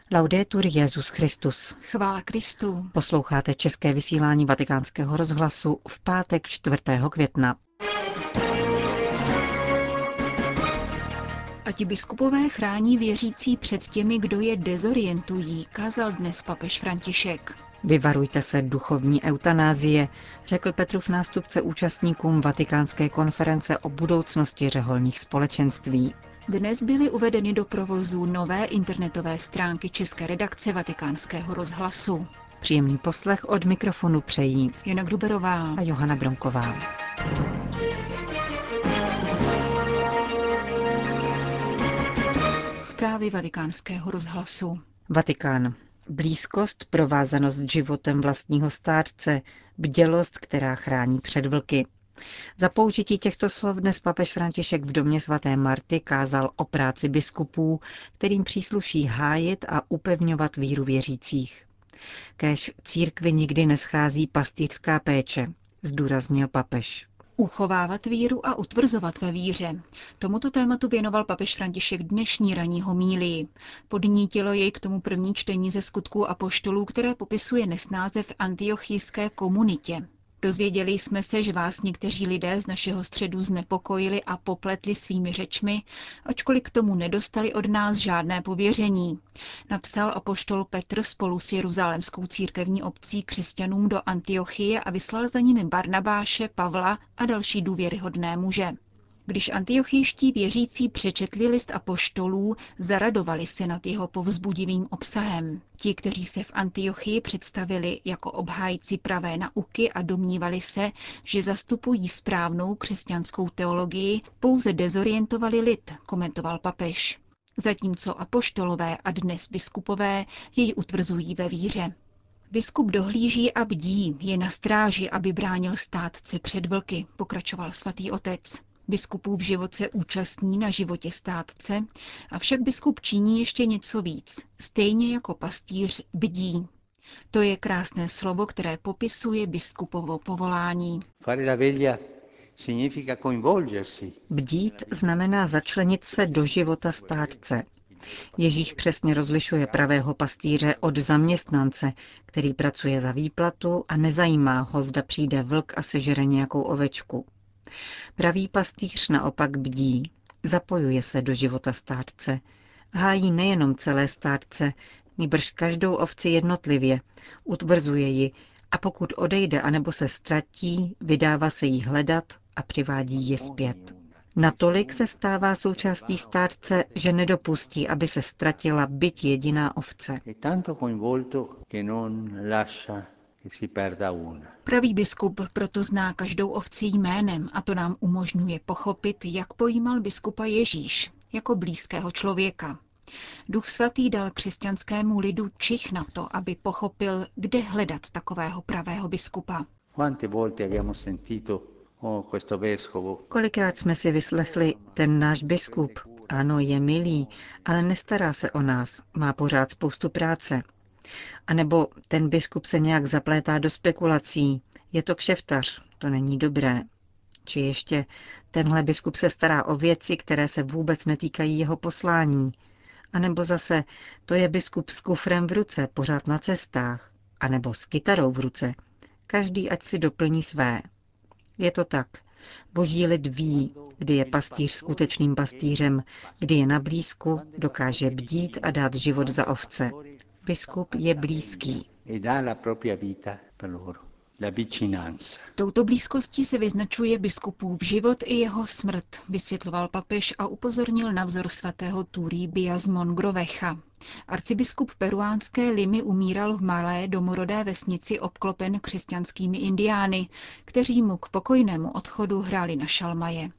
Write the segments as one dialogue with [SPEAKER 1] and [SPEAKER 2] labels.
[SPEAKER 1] Laudetur Jesus Christus.
[SPEAKER 2] Chvála Kristu.
[SPEAKER 1] Posloucháte české vysílání Vatikánského rozhlasu v pátek 4. května.
[SPEAKER 2] Ať biskupové chrání věřící před těmi, kdo je dezorientují, kázal dnes papež František.
[SPEAKER 1] Vyvarujte se duchovní eutanázie, řekl Petrův nástupce účastníkům Vatikánské konference o budoucnosti řeholních společenství.
[SPEAKER 2] Dnes byly uvedeny do provozu nové internetové stránky české redakce Vatikánského rozhlasu.
[SPEAKER 1] Příjemný poslech od mikrofonu přejí
[SPEAKER 2] Jana Gruberová
[SPEAKER 1] a Johana Bronková.
[SPEAKER 2] Zprávy Vatikánského rozhlasu.
[SPEAKER 1] Vatikán. Blízkost, provázanost životem vlastního stárce, bdělost, která chrání před vlky. Za použití těchto slov dnes papež František v domě svaté Marty kázal o práci biskupů, kterým přísluší hájit a upevňovat víru věřících. Kéž církvi nikdy neschází pastýřská péče, zdůraznil papež.
[SPEAKER 2] Uchovávat víru a utvrzovat ve víře. Tomuto tématu věnoval papež František dnešní ranní homílii. Podnítilo jej k tomu první čtení ze Skutků apoštolů, které popisuje nesnáze v antiochijské komunitě. Dozvěděli jsme se, že vás někteří lidé z našeho středu znepokojili a popletli svými řečmi, ačkoliv k tomu nedostali od nás žádné pověření. Napsal apoštol Petr spolu s jeruzalémskou církevní obcí křesťanům do Antiochie a vyslal za nimi Barnabáše, Pavla a další důvěryhodné muže. Když antiochijští věřící přečetli list apoštolů, zaradovali se nad jeho povzbudivým obsahem. Ti, kteří se v Antiochii představili jako obhájci pravé nauky a domnívali se, že zastupují správnou křesťanskou teologii, pouze dezorientovali lid, komentoval papež. Zatímco apoštolové a dnes biskupové jej utvrzují ve víře. Biskup dohlíží a bdí, je na stráži, aby bránil státce před vlky, pokračoval svatý otec. Biskupův život se účastní na životě státce, avšak biskup činí ještě něco víc, stejně jako pastýř bdí. To je krásné slovo, které popisuje biskupovo povolání.
[SPEAKER 1] Bdít znamená začlenit se do života státce. Ježíš přesně rozlišuje pravého pastýře od zaměstnance, který pracuje za výplatu a nezajímá ho, zda přijde vlk a sežere nějakou ovečku. Pravý pastýř naopak bdí, zapojuje se do života státce, hájí nejenom celé státce, nýbrž každou ovci jednotlivě, utvrzuje ji a pokud odejde anebo se ztratí, vydává se jí hledat a přivádí ji zpět. Natolik se stává součástí státce, že nedopustí, aby se ztratila byť jediná ovce.
[SPEAKER 2] Pravý biskup proto zná každou ovci jménem a to nám umožňuje pochopit, jak pojímal biskupa Ježíš jako blízkého člověka. Duch svatý dal křesťanskému lidu čich na to, aby pochopil, kde hledat takového pravého biskupa.
[SPEAKER 1] Kolikrát jsme si vyslechli, ten náš biskup, ano, je milý, ale nestará se o nás, má pořád spoustu práce. A nebo ten biskup se nějak zaplétá do spekulací, je to kšeftař, to není dobré. Či ještě, tenhle biskup se stará o věci, které se vůbec netýkají jeho poslání. A nebo zase, to je biskup s kufrem v ruce, pořád na cestách. A nebo s kytarou v ruce. Každý ať si doplní své. Je to tak. Boží lid ví, kdy je pastýř skutečným pastýřem, kdy je na blízku, dokáže bdít a dát život za ovce. Biskup je blízký.
[SPEAKER 2] Touto blízkostí se vyznačuje biskupův život i jeho smrt, vysvětloval papež a upozornil na vzor svatého Turibia z Mongrovecha. Arcibiskup peruánské Limy umíral v malé domorodé vesnici obklopen křesťanskými indiány, kteří mu k pokojnému odchodu hráli na šalmaje.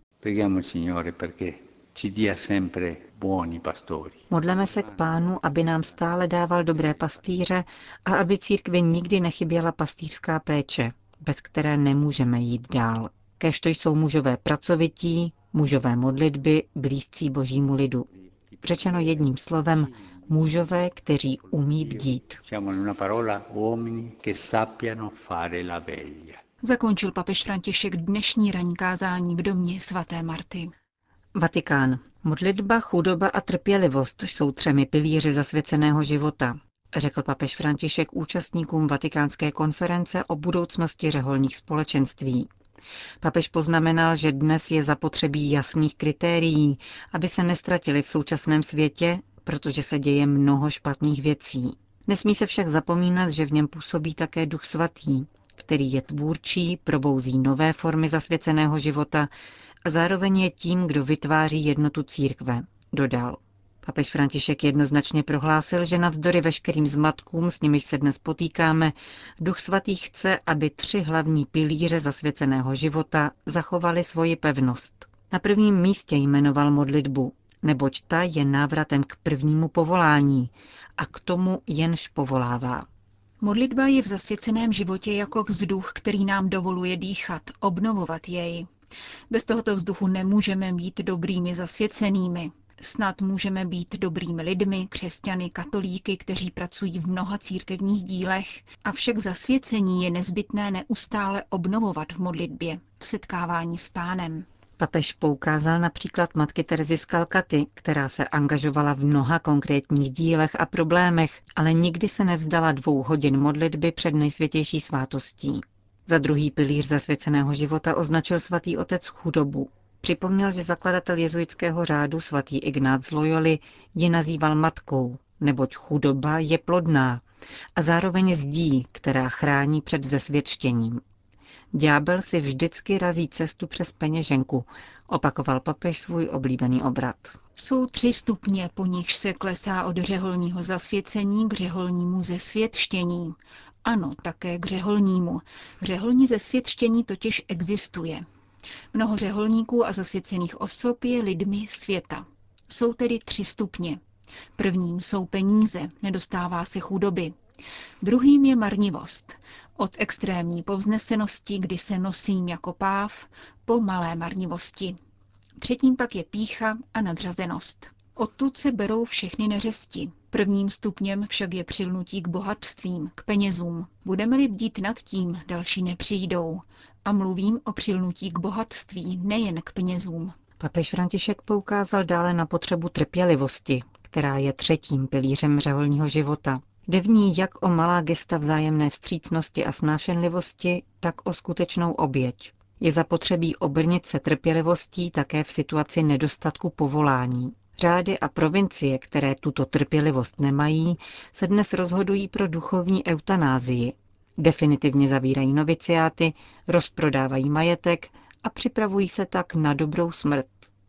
[SPEAKER 1] Modleme se k Pánu, aby nám stále dával dobré pastýře a aby církvi nikdy nechyběla pastýřská péče, bez které nemůžeme jít dál. Kéž to jsou mužové pracovití, mužové modlitby, blízcí Božímu lidu. Řečeno jedním slovem, mužové, kteří umí bdít.
[SPEAKER 2] Zakončil papež František dnešní ranní kázání v domě svaté Marty.
[SPEAKER 1] Vatikán. Modlitba, chudoba a trpělivost jsou 3 pilíři zasvěceného života, řekl papež František účastníkům vatikánské konference o budoucnosti řeholních společenství. Papež poznamenal, že dnes je zapotřebí jasných kritérií, aby se nestratili v současném světě, protože se děje mnoho špatných věcí. Nesmí se však zapomínat, že v něm působí také Duch Svatý, který je tvůrčí, probouzí nové formy zasvěceného života a zároveň je tím, kdo vytváří jednotu církve, dodal. Papež František jednoznačně prohlásil, že navzdory veškerým zmatkům, s nimiž se dnes potýkáme, Duch Svatý chce, aby 3 hlavní pilíře zasvěceného života zachovaly svoji pevnost. Na prvním místě jmenoval modlitbu, neboť ta je návratem k prvnímu povolání a k tomu jenž povolává.
[SPEAKER 2] Modlitba je v zasvěceném životě jako vzduch, který nám dovoluje dýchat, obnovovat jej. Bez tohoto vzduchu nemůžeme být dobrými zasvěcenými. Snad můžeme být dobrými lidmi, křesťany, katolíky, kteří pracují v mnoha církevních dílech, avšak zasvěcení je nezbytné neustále obnovovat v modlitbě, v setkávání s Pánem.
[SPEAKER 1] Papež poukázal například matky Terezy z Kalkaty, která se angažovala v mnoha konkrétních dílech a problémech, ale nikdy se nevzdala 2 hodin modlitby před nejsvětější svátostí. Za druhý pilíř zasvěceného života označil svatý otec chudobu. Připomněl, že zakladatel jezuitského řádu svatý Ignác z Loyoli ji nazýval matkou, neboť chudoba je plodná a zároveň zdí, která chrání před zesvětštěním. Ďábel si vždycky razí cestu přes peněženku, opakoval papež svůj oblíbený obrat.
[SPEAKER 2] Jsou 3 stupně, po nichž se klesá od řeholního zasvěcení k řeholnímu zesvětštění. Ano, také k řeholnímu. Řeholní zesvětštění totiž existuje. Mnoho řeholníků a zasvěcených osob je lidmi světa. Jsou tedy 3 stupně. Prvním jsou peníze, nedostává se chudoby. Druhým je marnivost. Od extrémní povznesenosti, kdy se nosím jako páv, po malé marnivosti. Třetím pak je pýcha a nadřazenost. Odtud se berou všechny neřesti. Prvním stupněm však je přilnutí k bohatstvím, k penězům. Budeme-li bdít nad tím, další nepřijdou. A mluvím o přilnutí k bohatství, nejen k penězům.
[SPEAKER 1] Papež František poukázal dále na potřebu trpělivosti, která je 3. pilířem řeholního života. Jde v ní jak o malá gesta vzájemné vstřícnosti a snášenlivosti, tak o skutečnou oběť. Je zapotřebí obrnit se trpělivostí také v situaci nedostatku povolání. Řády a provincie, které tuto trpělivost nemají, se dnes rozhodují pro duchovní eutanázii. Definitivně zavírají noviciáty, rozprodávají majetek a připravují se tak na dobrou smrt.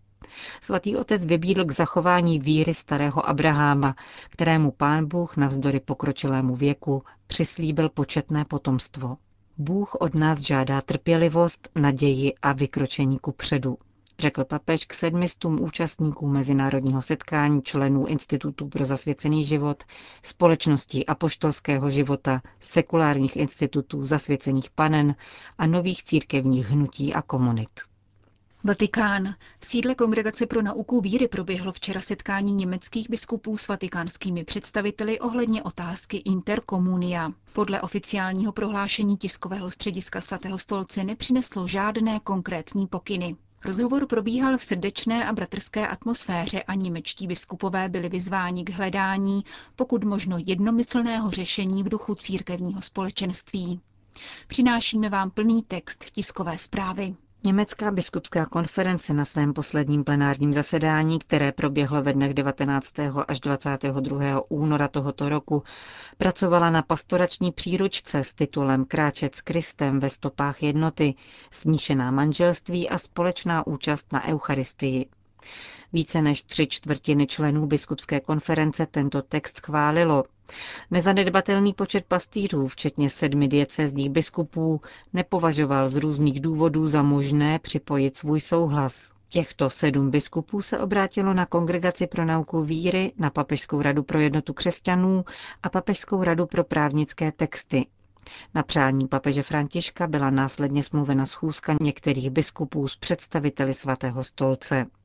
[SPEAKER 1] Svatý otec vybídl k zachování víry starého Abraháma, kterému Pán Bůh navzdory pokročilému věku přislíbil početné potomstvo. Bůh od nás žádá trpělivost, naději a vykročení kupředu, řekl papež k 700 účastníkům mezinárodního setkání členů Institutu pro zasvěcený život, společností apoštolského života, sekulárních institutů, zasvěcených panen a nových církevních hnutí a komunit.
[SPEAKER 2] Vatikán. V sídle Kongregace pro nauku víry proběhlo včera setkání německých biskupů s vatikánskými představiteli ohledně otázky interkomunia. Podle oficiálního prohlášení tiskového střediska Svatého stolce nepřineslo žádné konkrétní pokyny. Rozhovor probíhal v srdečné a bratrské atmosféře a němečtí biskupové byli vyzváni k hledání, pokud možno jednomyslného řešení v duchu církevního společenství. Přinášíme vám plný text tiskové zprávy.
[SPEAKER 1] Německá biskupská konference na svém posledním plenárním zasedání, které proběhlo ve dnech 19. až 22. února tohoto roku, pracovala na pastorační příručce s titulem Kráčet s Kristem ve stopách jednoty, smíšená manželství a společná účast na Eucharistii. Více než 3/4 členů biskupské konference tento text schválilo. Nezanedbatelný počet pastýřů, včetně 7 diecézních biskupů, nepovažoval z různých důvodů za možné připojit svůj souhlas. Těchto 7 biskupů se obrátilo na Kongregaci pro nauku víry, na Papežskou radu pro jednotu křesťanů a Papežskou radu pro právnické texty. Na přání papeže Františka byla následně smluvena schůzka některých biskupů s představiteli Svatého stolce.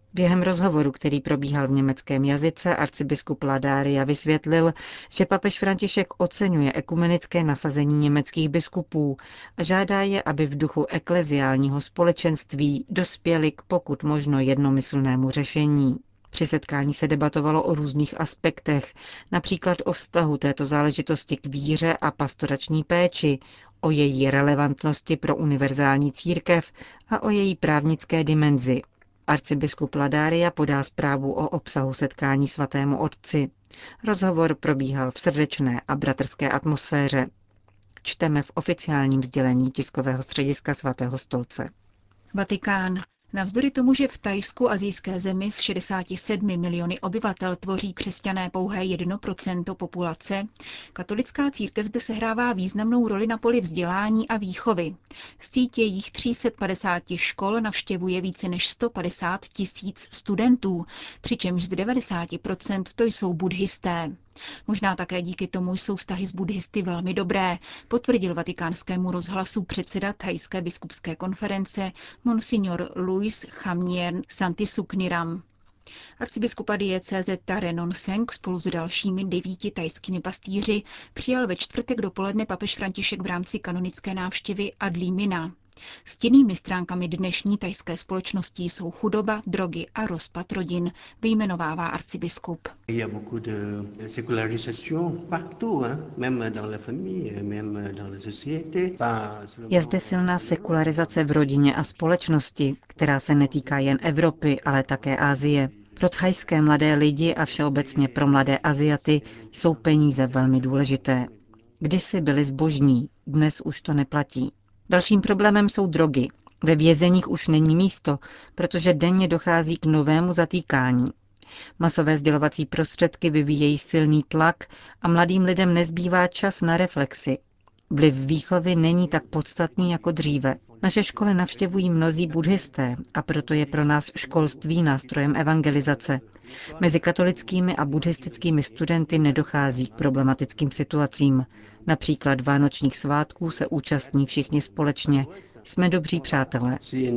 [SPEAKER 1] Během rozhovoru, který probíhal v německém jazyce, arcibiskup Ladaria vysvětlil, že papež František oceňuje ekumenické nasazení německých biskupů a žádá je, aby v duchu ekleziálního společenství dospěli k pokud možno jednomyslnému řešení. Při setkání se debatovalo o různých aspektech, například o vztahu této záležitosti k víře a pastorační péči, o její relevantnosti pro univerzální církev a o její právnické dimenzi. Arcibiskup Ladaria podá zprávu o obsahu setkání svatému otci. Rozhovor probíhal v srdečné a bratrské atmosféře. Čteme v oficiálním sdělení tiskového střediska svatého stolce.
[SPEAKER 2] Vatikán. Navzdory tomu, že v Thajsku, asijské zemi s 67 miliony obyvatel tvoří křesťané pouhé 1% populace, katolická církev zde sehrává významnou roli na poli vzdělání a výchovy. Síť jejich 350 škol navštěvuje více než 150 tisíc studentů, přičemž z 90% to jsou buddhisté. Možná také díky tomu jsou vztahy s buddhisty velmi dobré, potvrdil Vatikánskému rozhlasu předseda Thajské biskupské konference Monsignor Luis Khamnien Santisukniram. Arcibiskupa diecéze Tare Nonseng spolu s dalšími 9 thajskými pastýři přijal ve čtvrtek dopoledne papež František v rámci kanonické návštěvy Adlí Mina. Stěnnými stránkami dnešní thajské společnosti jsou chudoba, drogy a rozpad rodin, vyjmenovává arcibiskup.
[SPEAKER 1] Je zde silná sekularizace v rodině a společnosti, která se netýká jen Evropy, ale také Asie. Pro thajské mladé lidi a všeobecně pro mladé Aziaty jsou peníze velmi důležité. Kdysi byli zbožní, dnes už to neplatí. Dalším problémem jsou drogy. Ve vězeních už není místo, protože denně dochází k novému zatýkání. Masové sdělovací prostředky vyvíjejí silný tlak a mladým lidem nezbývá čas na reflexi. Vliv výchovy není tak podstatný jako dříve. Naše školy navštěvují mnozí buddhisté a proto je pro nás školství nástrojem evangelizace. Mezi katolickými a buddhistickými studenty nedochází k problematickým situacím. Například vánočních svátků se účastní všichni společně. Jsme dobří přátelé.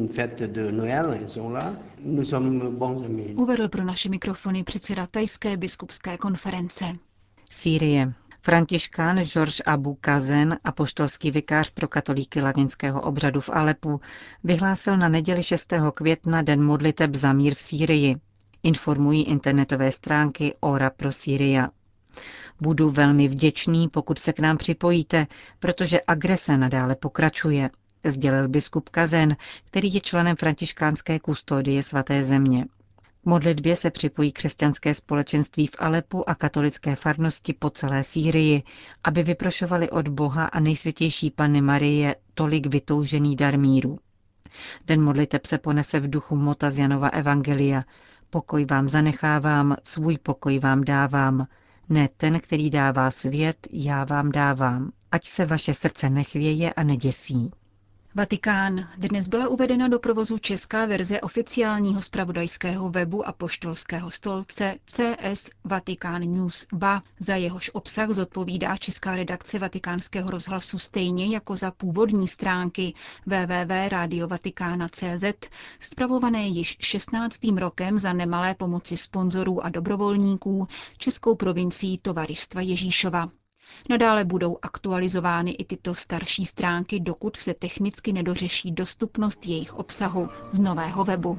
[SPEAKER 2] Uvedl pro naše mikrofony předseda Thajské biskupské konference.
[SPEAKER 1] Sýrie. Františkán George Abu Kazen, apoštolský vikář pro katolíky latinského obřadu v Alepu, vyhlásil na neděli 6. května den modliteb za mír v Sýrii. Informují internetové stránky Ora pro Syria. Budu velmi vděčný, pokud se k nám připojíte, protože agrese nadále pokračuje, sdělil biskup Kazen, který je členem františkánské kustodie svaté země. K modlitbě se připojí křesťanské společenství v Alepu a katolické farnosti po celé Sýrii, aby vyprošovali od Boha a nejsvětější Panny Marie tolik vytoužený dar míru. Den modliteb se ponese v duchu mota z Janova evangelia. Pokoj vám zanechávám, svůj pokoj vám dávám. Ne ten, který dává svět, já vám dávám. Ať se vaše srdce nechvěje a neděsí.
[SPEAKER 2] Vatikán. Dnes byla uvedena do provozu česká verze oficiálního zpravodajského webu apoštolského stolce CS Vatican News 2. Za jehož obsah zodpovídá česká redakce Vatikánského rozhlasu stejně jako za původní stránky www.radiovatikana.cz, spravované již 16. rokem za nemalé pomoci sponzorů a dobrovolníků českou provincií Tovaristva Ježíšova. Nadále budou aktualizovány i tyto starší stránky, dokud se technicky nedořeší dostupnost jejich obsahu z nového webu.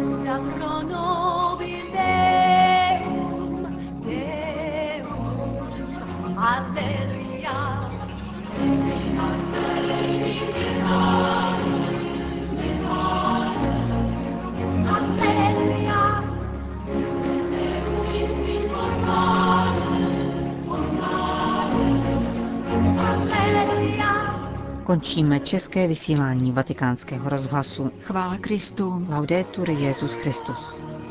[SPEAKER 1] Končíme české vysílání Vatikánského rozhlasu.
[SPEAKER 2] Chvála Kristu.
[SPEAKER 1] Laudetur Jesus Christus.